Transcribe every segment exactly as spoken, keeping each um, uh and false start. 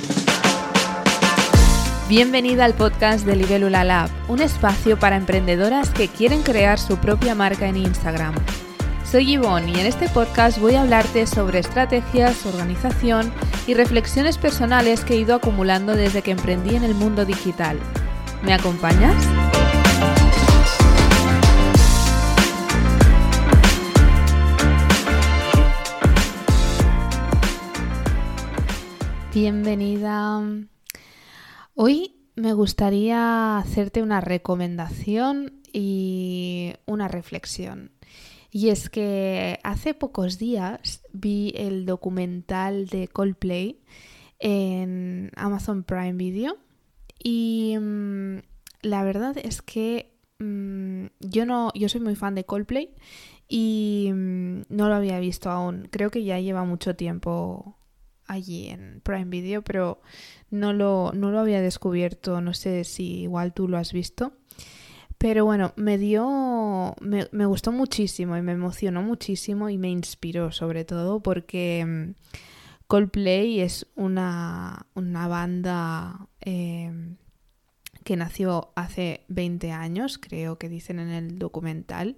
Bienvenida al podcast de Libélula Lab, un espacio para emprendedoras que quieren crear su propia marca en Instagram. Soy Ivonne y en este podcast voy a hablarte sobre estrategias, organización y reflexiones personales que he ido acumulando desde que emprendí en el mundo digital. ¿Me acompañas? Bienvenida. Hoy me gustaría hacerte una recomendación y una reflexión. Y es que hace pocos días vi el documental de Coldplay en Amazon Prime Video y mmm, la verdad es que mmm, yo no, yo soy muy fan de Coldplay y mmm, no lo había visto aún. Creo que ya lleva mucho tiempo allí en Prime Video, pero no lo, no lo había descubierto. No sé si igual tú lo has visto. Pero bueno, me dio, me, me gustó muchísimo y me emocionó muchísimo y me inspiró sobre todo porque Coldplay es una, una banda eh, que nació hace veinte años, creo que dicen en el documental.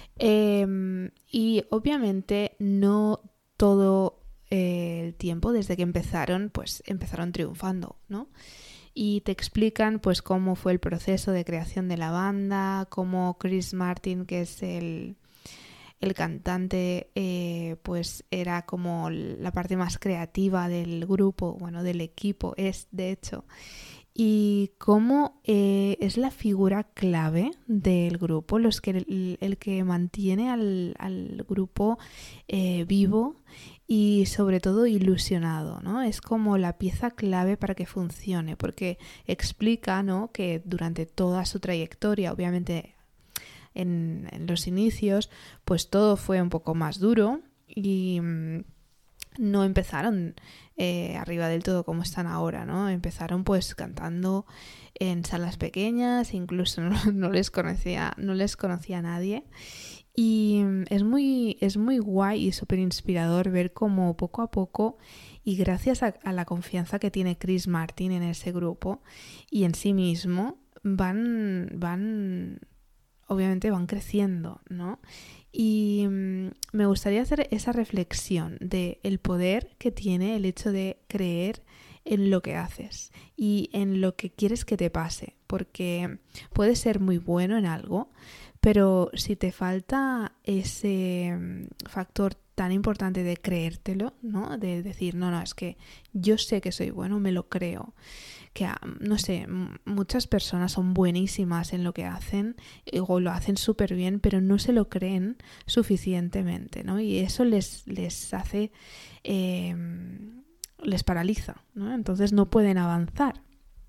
Eh, y obviamente no todo eh, el tiempo desde que empezaron, pues empezaron triunfando, ¿no? Y te explican pues cómo fue el proceso de creación de la banda, cómo Chris Martin, que es el, el cantante, eh, pues era como la parte más creativa del grupo, bueno, del equipo es de hecho, y cómo eh, es la figura clave del grupo, los que, el, el que mantiene al, al grupo eh, vivo y sobre todo ilusionado, ¿no? Es como la pieza clave para que funcione, porque explica, ¿no?, que durante toda su trayectoria, obviamente en, en los inicios, pues todo fue un poco más duro y mmm, no empezaron eh, arriba del todo como están ahora, ¿no? Empezaron pues cantando en salas pequeñas, incluso no, no les conocía, no les conocía a nadie. Y es muy, es muy guay y súper inspirador ver cómo poco a poco y gracias a, a la confianza que tiene Chris Martin en ese grupo y en sí mismo van, van obviamente van creciendo, ¿no? Y mmm, me gustaría hacer esa reflexión de el poder que tiene el hecho de creer en lo que haces y en lo que quieres que te pase, porque puedes ser muy bueno en algo, pero si te falta ese factor tan importante de creértelo, ¿no? De decir, no, no, es que yo sé que soy bueno, me lo creo. Que, no sé, muchas personas son buenísimas en lo que hacen o lo hacen súper bien, pero no se lo creen suficientemente, ¿no? Y eso les, les hace, eh, les paraliza, ¿no? Entonces no pueden avanzar.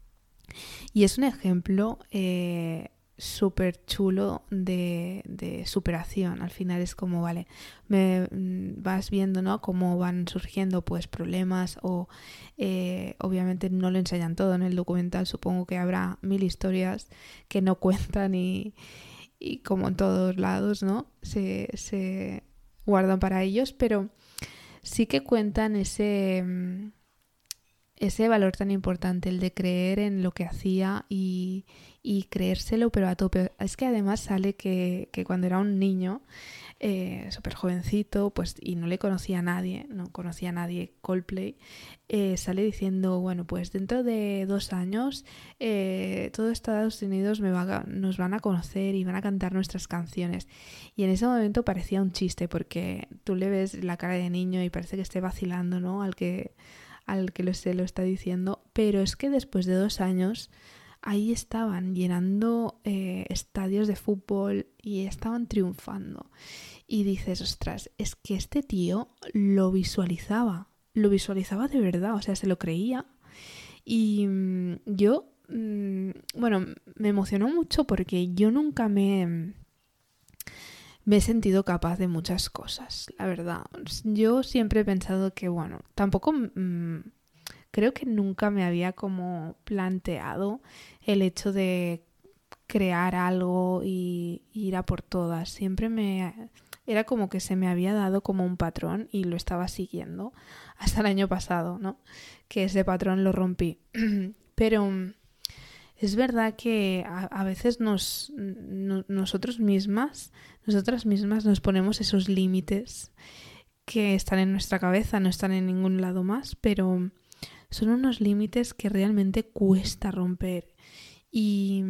Y es un ejemplo eh, súper chulo de, de superación. Al final es como, vale, me vas viendo, ¿no?, cómo van surgiendo pues problemas o eh, obviamente no lo enseñan todo en el documental. Supongo que habrá mil historias que no cuentan y, y como en todos lados, ¿no?, se, se guardan para ellos, pero sí que cuentan ese... ese valor tan importante, el de creer en lo que hacía y, y creérselo, pero a tope. Es que además sale que, que cuando era un niño, eh, súper jovencito, pues, y no le conocía a nadie, no conocía a nadie Coldplay, eh, sale diciendo, bueno, pues dentro de dos años eh, todo Estados Unidos me va a, nos van a conocer y van a cantar nuestras canciones. Y en ese momento parecía un chiste, porque tú le ves la cara de niño y parece que esté vacilando, ¿no?, al que... al que se lo está diciendo, pero es que después de dos años ahí estaban llenando eh, estadios de fútbol y estaban triunfando y dices, ostras, es que este tío lo visualizaba, lo visualizaba de verdad, o sea, se lo creía y mmm, yo, mmm, bueno, me emocionó mucho porque yo nunca me... Me he sentido capaz de muchas cosas, la verdad. Yo siempre he pensado que, bueno, tampoco mmm, creo que nunca me había como planteado el hecho de crear algo y ir a por todas. Siempre me, era como que se me había dado como un patrón y lo estaba siguiendo hasta el año pasado, ¿no? Que ese patrón lo rompí. Pero es verdad que a, a veces nos, no, nosotros mismas, nosotras mismas nos ponemos esos límites que están en nuestra cabeza, no están en ningún lado más, pero son unos límites que realmente cuesta romper. Y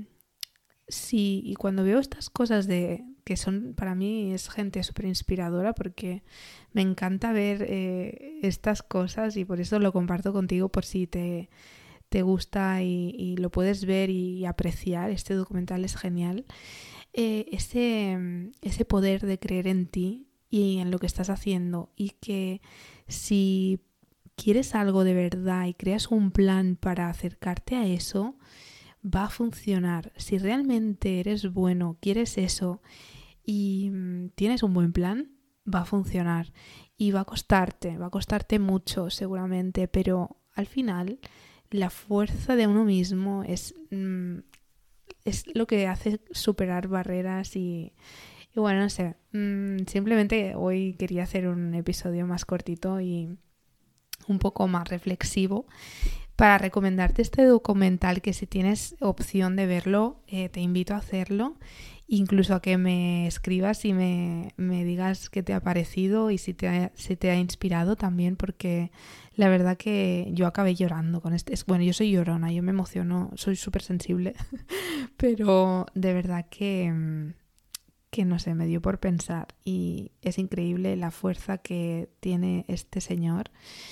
sí, y cuando veo estas cosas de que son, para mí es gente súper inspiradora, porque me encanta ver eh, estas cosas, y por eso lo comparto contigo, por si te, te gusta y, y lo puedes ver y apreciar. Este documental es genial. Eh, ese, ese poder de creer en ti y en lo que estás haciendo, y que si quieres algo de verdad y creas un plan para acercarte a eso, va a funcionar. Si realmente eres bueno, quieres eso y tienes un buen plan, va a funcionar. Y va a costarte, va a costarte mucho seguramente, pero al final la fuerza de uno mismo es, es lo que hace superar barreras y, y bueno, no sé, simplemente hoy quería hacer un episodio más cortito y un poco más reflexivo para recomendarte este documental, que si tienes opción de verlo, eh, te invito a hacerlo, incluso a que me escribas y me, me digas qué te ha parecido y si te ha, si te ha inspirado también, porque la verdad que yo acabé llorando con este. Bueno, yo soy llorona, yo me emociono, soy súper sensible, pero de verdad que, que no sé, me dio por pensar, y es increíble la fuerza que tiene este señor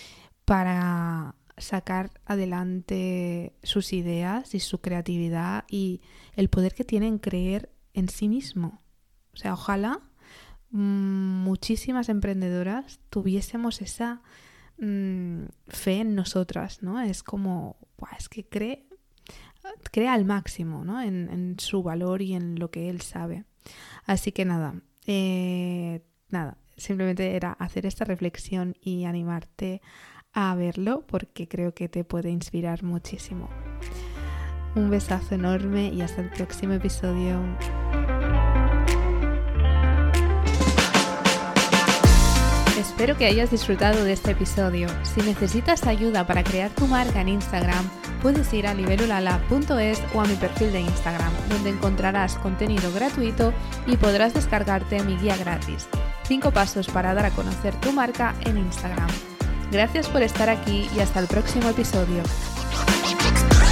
para sacar adelante sus ideas y su creatividad, y el poder que tiene en creer en sí mismo. O sea, ojalá mmm, muchísimas emprendedoras tuviésemos esa mmm, fe en nosotras, ¿no? Es como, ¡buah! Es que cree, cree al máximo, ¿no? En, en su valor y en lo que él sabe. Así que nada, eh, nada, simplemente era hacer esta reflexión y animarte a verlo, porque creo que te puede inspirar muchísimo. Un besazo enorme y hasta el próximo episodio. Espero que hayas disfrutado de este episodio. Si necesitas ayuda para crear tu marca en Instagram, puedes ir a libelulala punto es o a mi perfil de Instagram, donde encontrarás contenido gratuito y podrás descargarte mi guía gratis. cinco pasos para dar a conocer tu marca en Instagram. Gracias por estar aquí y hasta el próximo episodio.